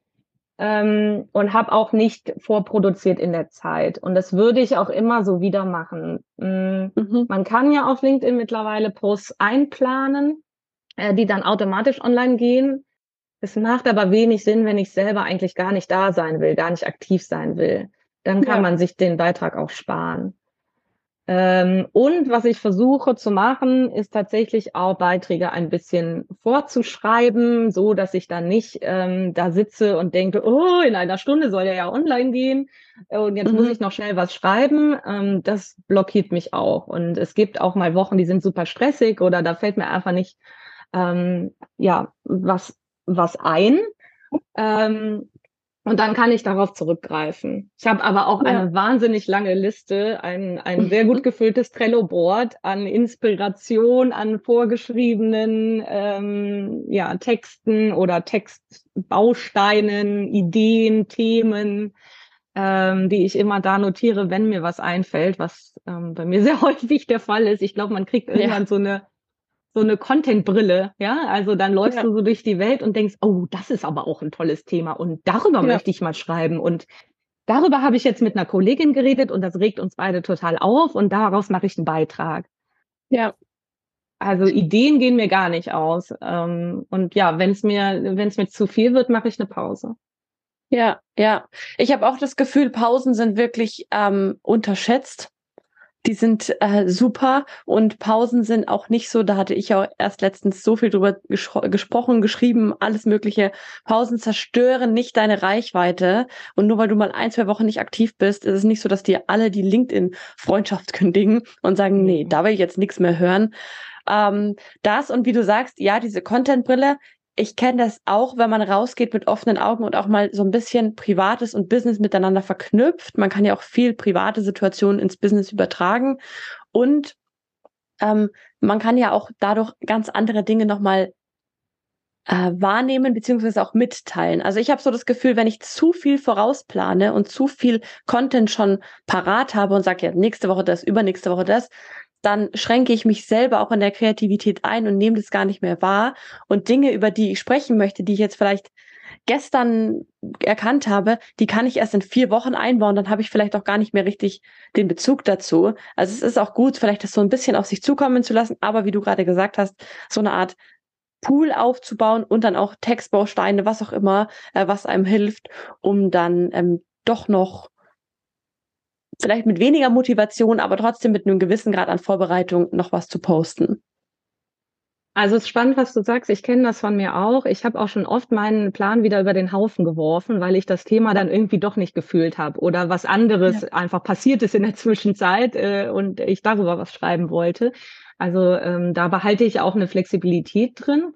ähm, und habe auch nicht vorproduziert in der Zeit. Und das würde ich auch immer so wieder machen. Hm, Mhm. man kann ja auf LinkedIn mittlerweile Posts einplanen, äh, die dann automatisch online gehen. Es macht aber wenig Sinn, wenn ich selber eigentlich gar nicht da sein will, gar nicht aktiv sein will. Dann kann Ja. man sich den Beitrag auch sparen. Ähm, und was ich versuche zu machen, ist tatsächlich auch Beiträge ein bisschen vorzuschreiben, so dass ich dann nicht ähm, da sitze und denke, oh, in einer Stunde soll der ja online gehen äh, und jetzt muss Mhm. ich noch schnell was schreiben. Ähm, das blockiert mich auch. Und es gibt auch mal Wochen, die sind super stressig oder da fällt mir einfach nicht ähm, ja was was ein. Ähm, Und dann kann ich darauf zurückgreifen. Ich habe aber auch Ja. eine wahnsinnig lange Liste, ein, ein sehr gut gefülltes Trello-Board an Inspiration, an vorgeschriebenen ähm, ja, Texten oder Textbausteinen, Ideen, Themen, ähm, die ich immer da notiere, wenn mir was einfällt, was ähm, bei mir sehr häufig der Fall ist. Ich glaube, man kriegt irgendwann Ja. so eine so eine Content-Brille, ja, also dann läufst Ja. du so durch die Welt und denkst, oh, das ist aber auch ein tolles Thema und darüber Ja. möchte ich mal schreiben und darüber habe ich jetzt mit einer Kollegin geredet und das regt uns beide total auf und daraus mache ich einen Beitrag. Ja. Also Ideen gehen mir gar nicht aus. Ähm, und ja, wenn es mir, wenn es mir zu viel wird, mache ich eine Pause. Ja, ja. Ich habe auch das Gefühl, Pausen sind wirklich ähm, unterschätzt. Die sind äh, super und Pausen sind auch nicht so, da hatte ich auch erst letztens so viel drüber ges- gesprochen, geschrieben, alles Mögliche. Pausen zerstören nicht deine Reichweite und nur weil du mal ein, zwei Wochen nicht aktiv bist, ist es nicht so, dass dir alle die LinkedIn-Freundschaft kündigen und sagen, nee, Nee. da will ich jetzt nichts mehr hören. Ähm, das und wie du sagst, ja, diese Content-Brille, ich kenne das auch, wenn man rausgeht mit offenen Augen und auch mal so ein bisschen Privates und Business miteinander verknüpft. Man kann ja auch viel private Situationen ins Business übertragen und ähm, man kann ja auch dadurch ganz andere Dinge nochmal äh, wahrnehmen beziehungsweise auch mitteilen. Also ich habe so das Gefühl, wenn ich zu viel vorausplane und zu viel Content schon parat habe und sage, ja, nächste Woche das, übernächste Woche das, dann schränke ich mich selber auch in der Kreativität ein und nehme das gar nicht mehr wahr. Und Dinge, über die ich sprechen möchte, die ich jetzt vielleicht gestern erkannt habe, die kann ich erst in vier Wochen einbauen, dann habe ich vielleicht auch gar nicht mehr richtig den Bezug dazu. Also es ist auch gut, vielleicht das so ein bisschen auf sich zukommen zu lassen, aber wie du gerade gesagt hast, so eine Art Pool aufzubauen und dann auch Textbausteine, was auch immer, äh, was einem hilft, um dann ähm, doch noch vielleicht mit weniger Motivation, aber trotzdem mit einem gewissen Grad an Vorbereitung noch was zu posten. Also es ist spannend, was du sagst. Ich kenne das von mir auch. Ich habe auch schon oft meinen Plan wieder über den Haufen geworfen, weil ich das Thema dann irgendwie doch nicht gefühlt habe oder was Ja. anderes einfach passiert ist in der Zwischenzeit äh, und ich darüber was schreiben wollte. Also ähm, da behalte ich auch eine Flexibilität drin.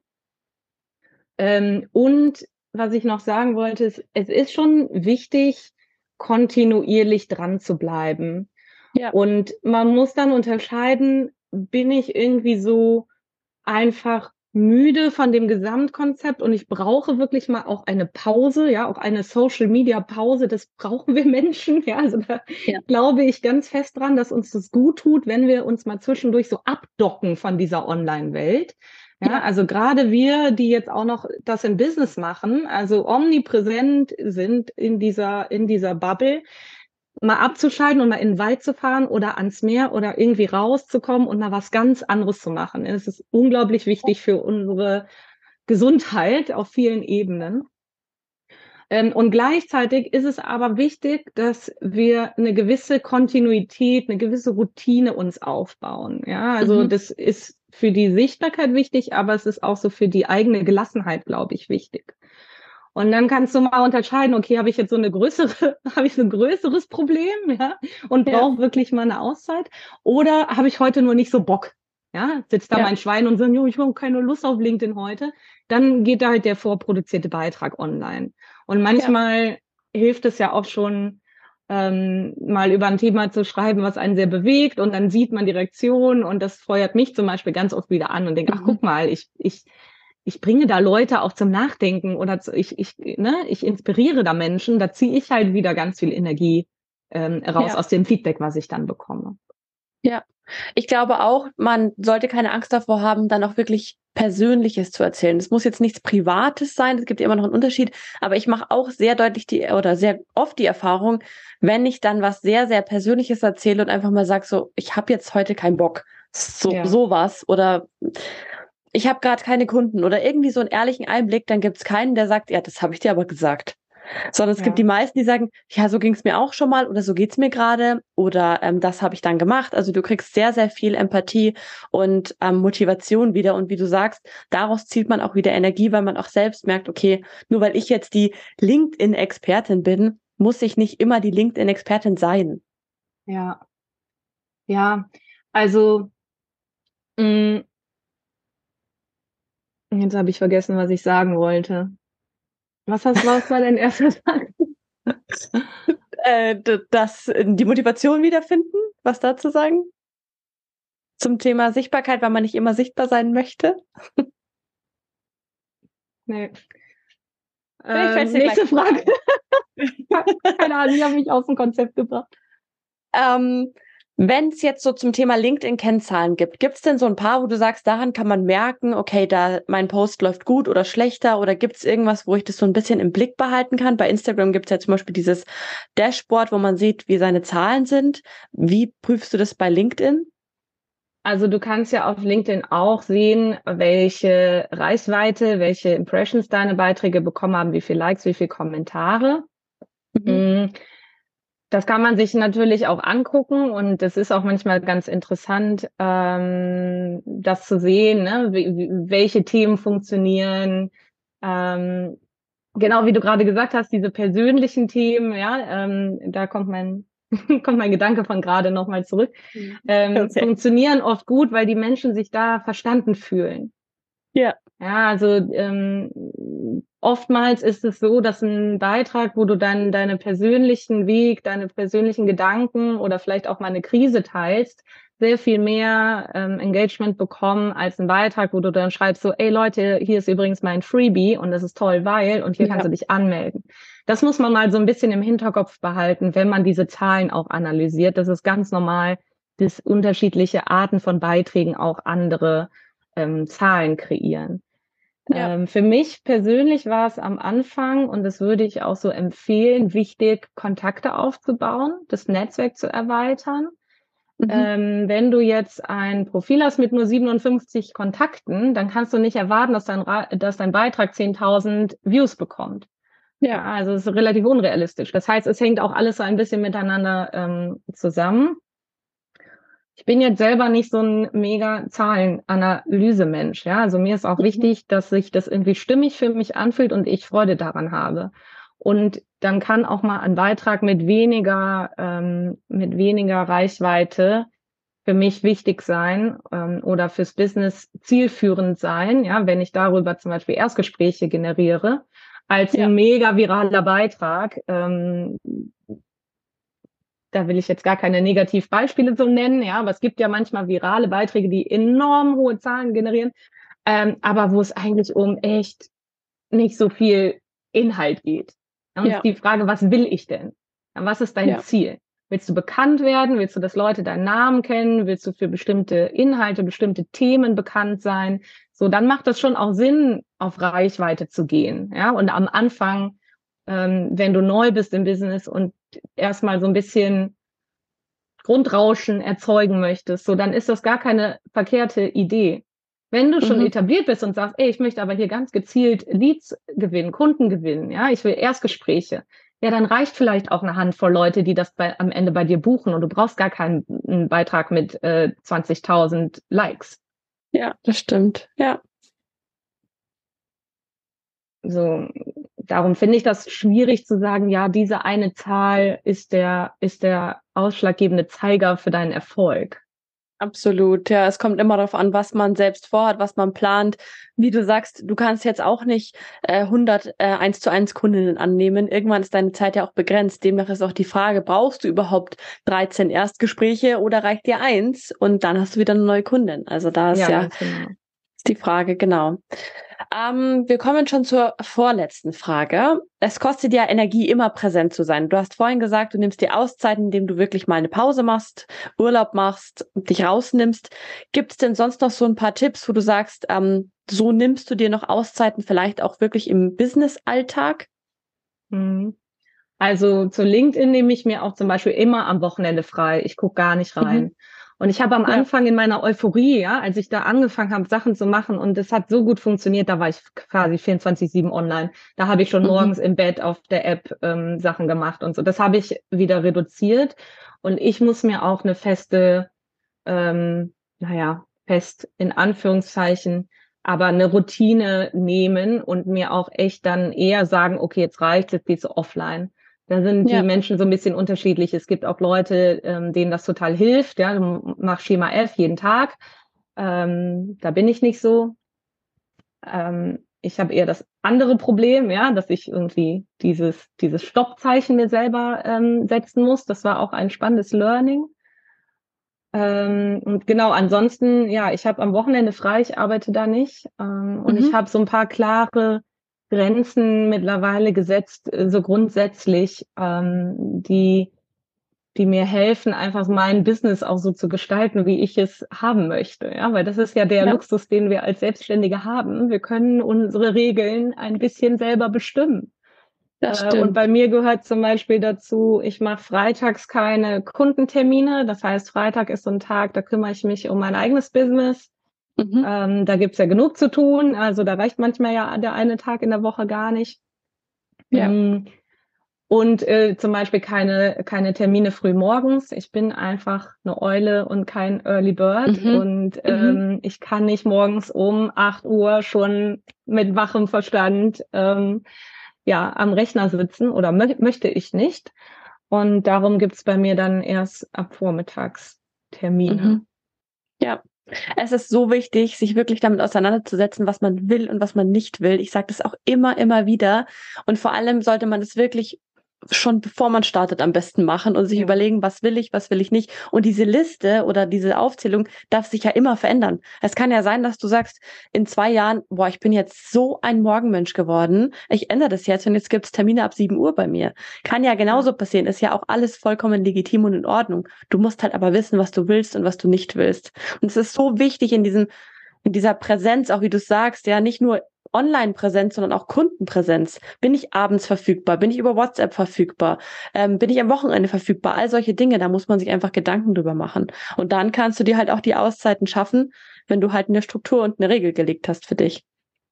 Ähm, und was ich noch sagen wollte, ist, es ist schon wichtig, kontinuierlich dran zu bleiben. Ja. Und man muss dann unterscheiden, bin ich irgendwie so einfach müde von dem Gesamtkonzept und ich brauche wirklich mal auch eine Pause, ja, auch eine Social Media Pause, das brauchen wir Menschen, ja, also da Ja. glaube ich ganz fest dran, dass uns das gut tut, wenn wir uns mal zwischendurch so abdocken von dieser Online-Welt. Ja, Ja. also gerade wir, die jetzt auch noch das im Business machen, also omnipräsent sind in dieser, in dieser Bubble, mal abzuschalten und mal in den Wald zu fahren oder ans Meer oder irgendwie rauszukommen und mal was ganz anderes zu machen. Es ist unglaublich wichtig für unsere Gesundheit auf vielen Ebenen. Ähm, und gleichzeitig ist es aber wichtig, dass wir eine gewisse Kontinuität, eine gewisse Routine uns aufbauen. Ja, also Mhm. das ist für die Sichtbarkeit wichtig, aber es ist auch so für die eigene Gelassenheit, glaube ich, wichtig. Und dann kannst du mal unterscheiden, okay, habe ich jetzt so eine größere, habe ich so ein größeres Problem, ja, und Ja. brauche wirklich mal eine Auszeit? Oder habe ich heute nur nicht so Bock? Ja, sitzt da Ja. mein Schwein und sagt, jo, ich habe keine Lust auf LinkedIn heute. Dann geht da halt der vorproduzierte Beitrag online. Und Ja. manchmal hilft es ja auch schon, ähm, mal über ein Thema zu schreiben, was einen sehr bewegt und dann sieht man die Reaktion und das feuert mich zum Beispiel ganz oft wieder an und denke, ach Mhm. guck mal, ich, ich, ich bringe da Leute auch zum Nachdenken oder zu, ich, ich, ne, ich inspiriere da Menschen, da ziehe ich halt wieder ganz viel Energie ähm, raus Ja. aus dem Feedback, was ich dann bekomme. Ja. Ich glaube auch, man sollte keine Angst davor haben, dann auch wirklich Persönliches zu erzählen. Es muss jetzt nichts Privates sein, es gibt ja immer noch einen Unterschied, aber ich mache auch sehr deutlich die oder sehr oft die Erfahrung, wenn ich dann was sehr, sehr Persönliches erzähle und einfach mal sage so: „Ich habe jetzt heute keinen Bock“, so Ja, sowas oder „Ich habe gerade keine Kunden“ oder irgendwie so einen ehrlichen Einblick, dann gibt's keinen, der sagt: „Ja, das habe ich dir aber gesagt.“ Sondern es gibt die ja. meisten, die sagen: „Ja, so ging's mir auch schon mal“ oder „So geht's mir gerade“ oder, ähm: „Das habe ich dann gemacht.“ Also, du kriegst sehr, sehr viel Empathie und, ähm, Motivation wieder und wie du sagst, daraus zieht man auch wieder Energie, weil man auch selbst merkt: „Okay, nur weil ich jetzt die LinkedIn-Expertin bin, muss ich nicht immer die LinkedIn-Expertin sein.“ Ja, ja. Also, hm, jetzt habe ich vergessen, was ich sagen wollte. Was hast was war dein erster Satz? Äh, d das die Motivation wiederfinden, was dazu sagen? Zum Thema Sichtbarkeit, weil man nicht immer sichtbar sein möchte? Ne. Vielleicht fällt's Ähm, dir gleich nächste wieder Frage. ein. Keine Ahnung, die haben mich aus'm Konzept gebracht. Ähm, wenn's jetzt so zum Thema LinkedIn-Kennzahlen gibt, gibt's denn so 'n paar, wo du sagst, daran kann man merken: „Okay, da mein Post läuft gut oder schlechter“, oder gibt's irgendwas, wo ich das so 'n bisschen im Blick behalten kann? Bei Instagram gibt's ja zum Beispiel dieses Dashboard, wo man sieht, wie seine Zahlen sind. Wie prüfst du das bei LinkedIn? Also, du kannst ja auf LinkedIn auch sehen, welche Reichweite, welche Impressions deine Beiträge bekommen haben, wie viel Likes, wie viel Kommentare. Mhm. Hm, das kann man sich natürlich auch angucken und das ist auch manchmal ganz interessant, ähm, das zu sehen, ne, wie wie welche Themen funktionieren. Ähm, genau wie du grade gesagt hast, diese persönlichen Themen, ja, ähm, da kommt mein kommt mein Gedanke von grade noch mal zurück, Mhm. ähm, Okay. funktionieren oft gut, weil die Menschen sich da verstanden fühlen. Ja. Ja, also, ähm, oftmals ist es so, dass 'n Beitrag, wo du dann deine persönlichen Weg, deine persönlichen Gedanken oder vielleicht auch mal 'ne Krise teilst, sehr viel mehr, ähm, Engagement bekommen als 'n Beitrag, wo du dann schreibst so: „Ey Leute, hier ist übrigens mein Freebie und das ist toll, weil und hier kannst Ja. du dich anmelden.“ Das muss man mal so 'n bisschen im Hinterkopf behalten, wenn man diese Zahlen auch analysiert. Das ist ganz normal, dass unterschiedliche Arten von Beiträgen auch andere, ähm, Zahlen kreieren. Ja. Ähm, für mich persönlich war's am Anfang, und das würde ich auch so empfehlen, wichtig, Kontakte aufzubauen, das Netzwerk zu erweitern. Mhm. Ähm, wenn du jetzt ein Profil hast mit nur siebenundfünfzig Kontakten, dann kannst du nicht erwarten, dass dein Ra dass dein Beitrag zehntausend Views bekommt. Ja, Ja. also, ist relativ unrealistisch. Das heißt, es hängt auch alles so ein bisschen miteinander, ähm, zusammen. Ich bin jetzt selber nicht so 'n mega Zahlenanalysemensch, ja? Also, mir ist auch Mhm. wichtig, dass sich das irgendwie stimmig für mich anfühlt und ich Freude daran habe. Und dann kann auch mal ein Beitrag mit weniger ähm, mit weniger Reichweite für mich wichtig sein, ähm, oder fürs Business zielführend sein, ja, wenn ich darüber zum Beispiel Erstgespräche generiere, als Ja. 'n mega viraler Beitrag. Ähm da will ich jetzt gar keine Negativbeispiele so nennen, ja, aber es gibt ja manchmal virale Beiträge, die enorm hohe Zahlen generieren, ähm, aber wo es eigentlich um echt nicht so viel Inhalt geht. Dann ist Ja. die Frage: „Was will ich denn?“ Was ist dein Ja. Ziel? Willst du bekannt werden? Willst du, dass Leute deinen Namen kennen? Willst du für bestimmte Inhalte, bestimmte Themen bekannt sein? So, dann macht das schon auch Sinn, auf Reichweite zu gehen, ja? Und am Anfang, ähm, wenn du neu bist im Business und erst mal so 'n bisschen Grundrauschen erzeugen möchtest, so, dann ist das gar keine verkehrte Idee. Wenn du schon Mhm. etabliert bist und sagst: „Ey, ich möchte aber hier ganz gezielt Leads gewinnen, Kunden gewinnen, ja, ich will Erstgespräche“, ja, dann reicht vielleicht auch 'ne Handvoll Leute, die das bei am Ende bei dir buchen und du brauchst gar keinen 'n Beitrag mit, äh, zwanzigtausend Likes. Ja, das stimmt, ja. So, darum finde ich das schwierig zu sagen: „Ja, diese eine Zahl ist der ist der ausschlaggebende Zeiger für deinen Erfolg.“ Absolut, ja. Es kommt immer darauf an, was man selbst vorhat, was man plant. Wie du sagst, du kannst jetzt auch nicht, äh, hundert, äh, Eins-zu-eins Kundinnen annehmen. Irgendwann ist deine Zeit ja auch begrenzt. Demnach ist auch die Frage: Brauchst du überhaupt dreizehn Erstgespräche oder reicht dir eins? Und dann hast du wieder 'ne neue Kundin. Also, da ist Ja, ja ganz genau. ist die Frage, genau. Ähm, wir kommen schon zur vorletzten Frage. Es kostet ja Energie, immer präsent zu sein. Du hast vorhin gesagt, du nimmst dir Auszeiten, indem du wirklich mal 'ne Pause machst, Urlaub machst, dich rausnimmst. Gibt's denn sonst noch so 'n paar Tipps, wo du sagst, ähm, so nimmst du dir noch Auszeiten, vielleicht auch wirklich im Businessalltag? Mhm. Also, zu LinkedIn nehme ich mir auch zum Beispiel immer am Wochenende frei. Ich gucke gar nicht Mhm. rein. Und ich habe am Ja. Anfang in meiner Euphorie, ja, als ich da angefangen habe, Sachen zu machen und es hat so gut funktioniert, da war ich quasi vierundzwanzig sieben online. Da habe ich schon Mhm. morgens im Bett auf der App, ähm, Sachen gemacht und so. Das habe ich wieder reduziert und ich muss mir auch 'ne feste, ähm, na ja, fest in Anführungszeichen, aber 'ne Routine nehmen und mir auch echt dann eher sagen: „Okay, jetzt reicht's, jetzt gehst du offline.“ Da sind die Ja. Menschen so 'n bisschen unterschiedlich. Es gibt auch Leute, ähm, denen das total hilft, ja, m mach Schema F jeden Tag. Ähm, da bin ich nicht so. Ähm, ich habe eher das andere Problem, ja, dass ich irgendwie dieses, dieses Stoppzeichen mir selber ähm, setzen muss. Das war auch ein spannendes Learning. Ähm, und genau, ansonsten, ja, ich habe am Wochenende frei, ich arbeite da nicht. Ähm, und ich Mhm. habe so ein paar klare Grenzen mittlerweile gesetzt, äh, so grundsätzlich, ähm, die, die mir helfen, einfach mein Business auch so zu gestalten, wie ich es haben möchte. Ja, weil das ist ja der Ja, Luxus, den wir als Selbstständige haben. Wir können unsere Regeln ein bisschen selber bestimmen. das Äh, Und stimmt. bei mir gehört zum Beispiel dazu, ich mache freitags keine Kundentermine. Das heißt, Freitag ist so ein Tag, da kümmere ich mich um mein eigenes Business. Mhm. Ähm, da gibt's ja genug zu tun. Also da reicht manchmal ja der eine Tag in der Woche gar nicht. Ja. Mm, Und äh, zum Beispiel keine, keine Termine früh morgens. Ich bin einfach eine Eule und kein Early Bird. Mhm. Und Mhm. ähm, ich kann nicht morgens um acht Uhr schon mit wachem Verstand ähm, ja, am Rechner sitzen oder mö möchte ich nicht. Und darum gibt's bei mir dann erst ab vormittags Termine. Mhm. Ja. Es ist so wichtig, sich wirklich damit auseinanderzusetzen, was man will und was man nicht will. Ich sage das auch immer, immer wieder. Und vor allem sollte man das wirklich schon bevor man startet am besten machen und sich Ja. überlegen, was will ich, was will ich nicht. Und diese Liste oder diese Aufzählung darf sich ja immer verändern. Es kann ja sein, dass du sagst, in zwei Jahren, boah, ich bin jetzt so ein Morgenmensch geworden. Ich ändere das jetzt und jetzt gibt's Termine ab sieben Uhr bei mir. Kann ja Ja. genauso passieren. Ist ja auch alles vollkommen legitim und in Ordnung. Du musst halt aber wissen, was du willst und was du nicht willst. Und es ist so wichtig in diesem, in dieser Präsenz, auch wie du sagst, ja, nicht nur Online-Präsenz, sondern auch Kundenpräsenz. Bin ich abends verfügbar? Bin ich über WhatsApp verfügbar? Ähm, bin ich am Wochenende verfügbar? All solche Dinge, da muss man sich einfach Gedanken drüber machen. Und dann kannst du dir halt auch die Auszeiten schaffen, wenn du halt eine Struktur und eine Regel gelegt hast für dich.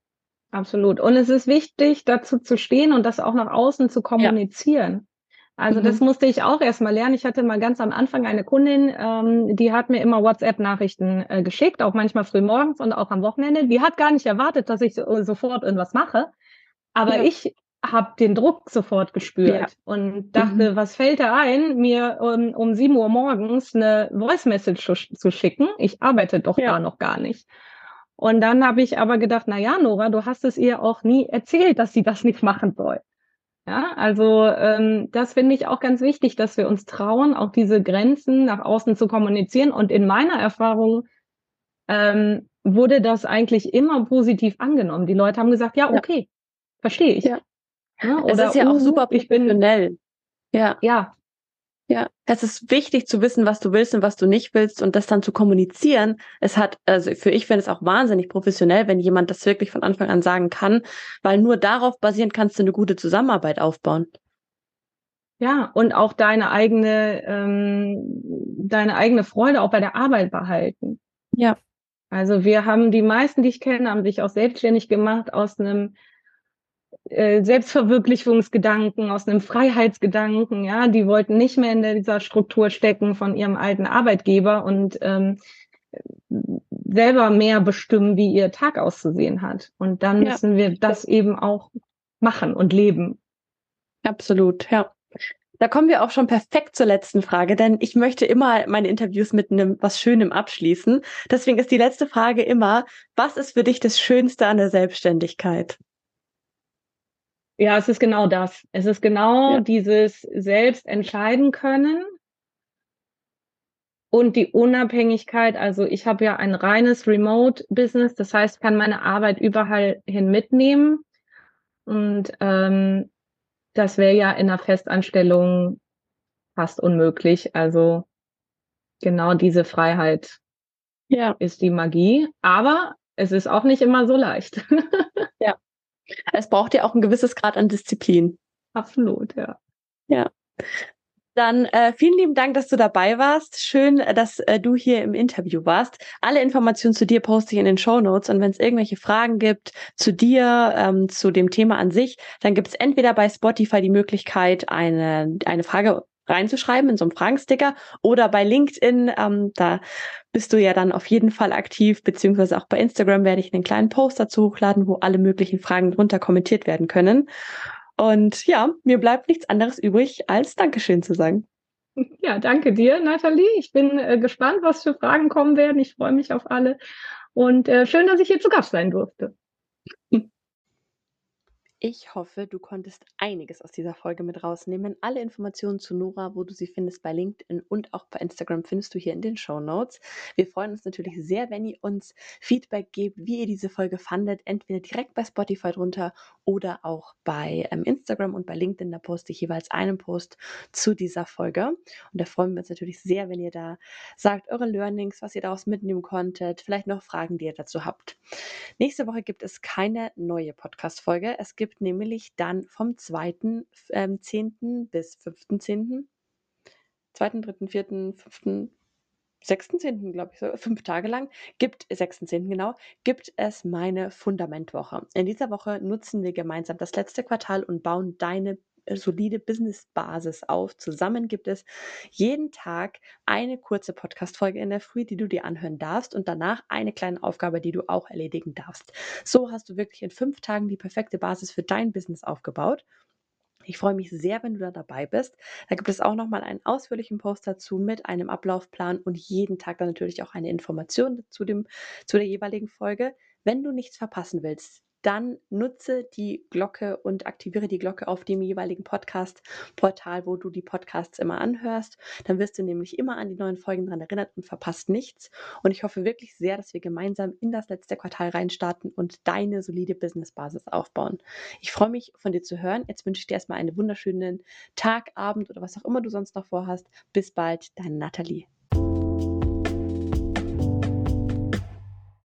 Absolut. Und es ist wichtig, dazu zu stehen und das auch nach außen zu Ja. kommunizieren. Also das Mhm. musste ich auch erst mal lernen. Ich hatte mal ganz am Anfang eine Kundin, ähm, die hat mir immer WhatsApp-Nachrichten äh, geschickt, auch manchmal früh morgens und auch am Wochenende. Die hat gar nicht erwartet, dass ich so, sofort irgendwas mache. Aber Ja. ich habe den Druck sofort Ja. gespürt und Mhm. dachte, was fällt da ein, mir um, um sieben Uhr morgens eine Voice Message zu, zu schicken? Ich arbeite doch Ja. da noch gar nicht. Und dann habe ich aber gedacht, na ja, Nora, du hast es ihr auch nie erzählt, dass sie das nicht machen soll. Ja, also ähm, das finde ich auch ganz wichtig, dass wir uns trauen, auch diese Grenzen nach außen zu kommunizieren. Und in meiner Erfahrung ähm, wurde das eigentlich immer positiv angenommen. Die Leute haben gesagt, ja, Ja. okay, verstehe ich. Ja. Ne? Es ist Oder, ja auch uh, super ich bin, professionell. Ja. ja, Ja, es ist wichtig zu wissen, was du willst und was du nicht willst und das dann zu kommunizieren. Es hat, also für ich finde es auch wahnsinnig professionell, wenn jemand das wirklich von Anfang an sagen kann, weil nur darauf basierend kannst du eine gute Zusammenarbeit aufbauen. ja, und auch deine eigene, ähm, deine eigene Freude auch bei der Arbeit behalten. Ja, Also wir haben die meisten, die ich kenne, haben sich auch selbstständig gemacht aus einem äh, Selbstverwirklichungsgedanken, aus einem Freiheitsgedanken. Ja, die wollten nicht mehr in dieser Struktur stecken von ihrem alten Arbeitgeber und ähm, selber mehr bestimmen, wie ihr Tag auszusehen hat. Und dann ja, müssen wir das eben auch machen und leben. absolut, ja. Da kommen wir auch schon perfekt zur letzten Frage, denn ich möchte immer meine Interviews mit einem was Schönem abschließen. Deswegen ist die letzte Frage immer, was ist für dich das Schönste an der Selbstständigkeit? Ja, es ist genau das. Es ist genau Ja, dieses selbst entscheiden können und die Unabhängigkeit. Also ich habe ja ein reines Remote-Business, das heißt, ich kann meine Arbeit überall hin mitnehmen. Und ähm, das wäre ja in einer Festanstellung fast unmöglich. Also genau diese Freiheit ja, ist die Magie. Aber es ist auch nicht immer so leicht. ja. Es braucht ja auch ein gewisses Grad an Disziplin. Absolut, ja. Ja. Dann äh, vielen lieben Dank, dass du dabei warst. Schön, äh, dass äh, du hier im Interview warst. Alle Informationen zu dir poste ich in den Shownotes. Und wenn es irgendwelche Fragen gibt zu dir, ähm, zu dem Thema an sich, dann gibt es entweder bei Spotify die Möglichkeit, eine, eine Frage reinzuschreiben in so einem Fragensticker oder bei LinkedIn. Ähm, da bist du ja dann auf jeden Fall aktiv, beziehungsweise auch bei Instagram werde ich einen kleinen Post dazu hochladen, wo alle möglichen Fragen drunter kommentiert werden können. Und ja, mir bleibt nichts anderes übrig, als Dankeschön zu sagen. Ja, danke dir, Nathalie. Ich bin äh, gespannt, was für Fragen kommen werden. Ich freue mich auf alle. Und äh, schön, dass ich hier zu Gast sein durfte. Ich hoffe, du konntest einiges aus dieser Folge mit rausnehmen. Alle Informationen zu Nora, wo du sie findest, bei LinkedIn und auch bei Instagram, findest du hier in den Shownotes. Wir freuen uns natürlich sehr, wenn ihr uns Feedback gebt, wie ihr diese Folge fandet, entweder direkt bei Spotify drunter oder auch bei ähm, Instagram und bei LinkedIn. Da poste ich jeweils einen Post zu dieser Folge. Und da freuen wir uns natürlich sehr, wenn ihr da sagt, eure Learnings, was ihr daraus mitnehmen konntet, vielleicht noch Fragen, die ihr dazu habt. Nächste Woche gibt es keine neue Podcast-Folge. Es gibt nämlich dann vom zweiten Ähm, zehnten bis fünften zehnten zweiten, dritten, vierten, fünften, sechsten zehnten glaube ich, so fünf Tage lang gibt sechsten zehnten genau, gibt es meine Fundamentwoche. In dieser Woche nutzen wir gemeinsam das letzte Quartal und bauen deine äh, solide Business-Basis auf. Zusammen gibt es jeden Tag eine kurze Podcast-Folge in der Früh, die du dir anhören darfst und danach eine kleine Aufgabe, die du auch erledigen darfst. So hast du wirklich in fünf Tagen die perfekte Basis für dein Business aufgebaut. Ich freue mich sehr, wenn du da dabei bist. Da gibt es auch noch mal einen ausführlichen Post dazu mit einem Ablaufplan und jeden Tag dann natürlich auch eine Information zu dem zu der jeweiligen Folge. Wenn du nichts verpassen willst, dann nutze die Glocke und aktiviere die Glocke auf dem jeweiligen Podcast-Portal, wo du die Podcasts immer anhörst. Dann wirst du nämlich immer an die neuen Folgen dran erinnert und verpasst nichts. Und ich hoffe wirklich sehr, dass wir gemeinsam in das letzte Quartal reinstarten und deine solide Business-Basis aufbauen. Ich freue mich, von dir zu hören. Jetzt wünsche ich dir erstmal einen wunderschönen Tag, Abend oder was auch immer du sonst noch vorhast. Bis bald, deine Nathalie.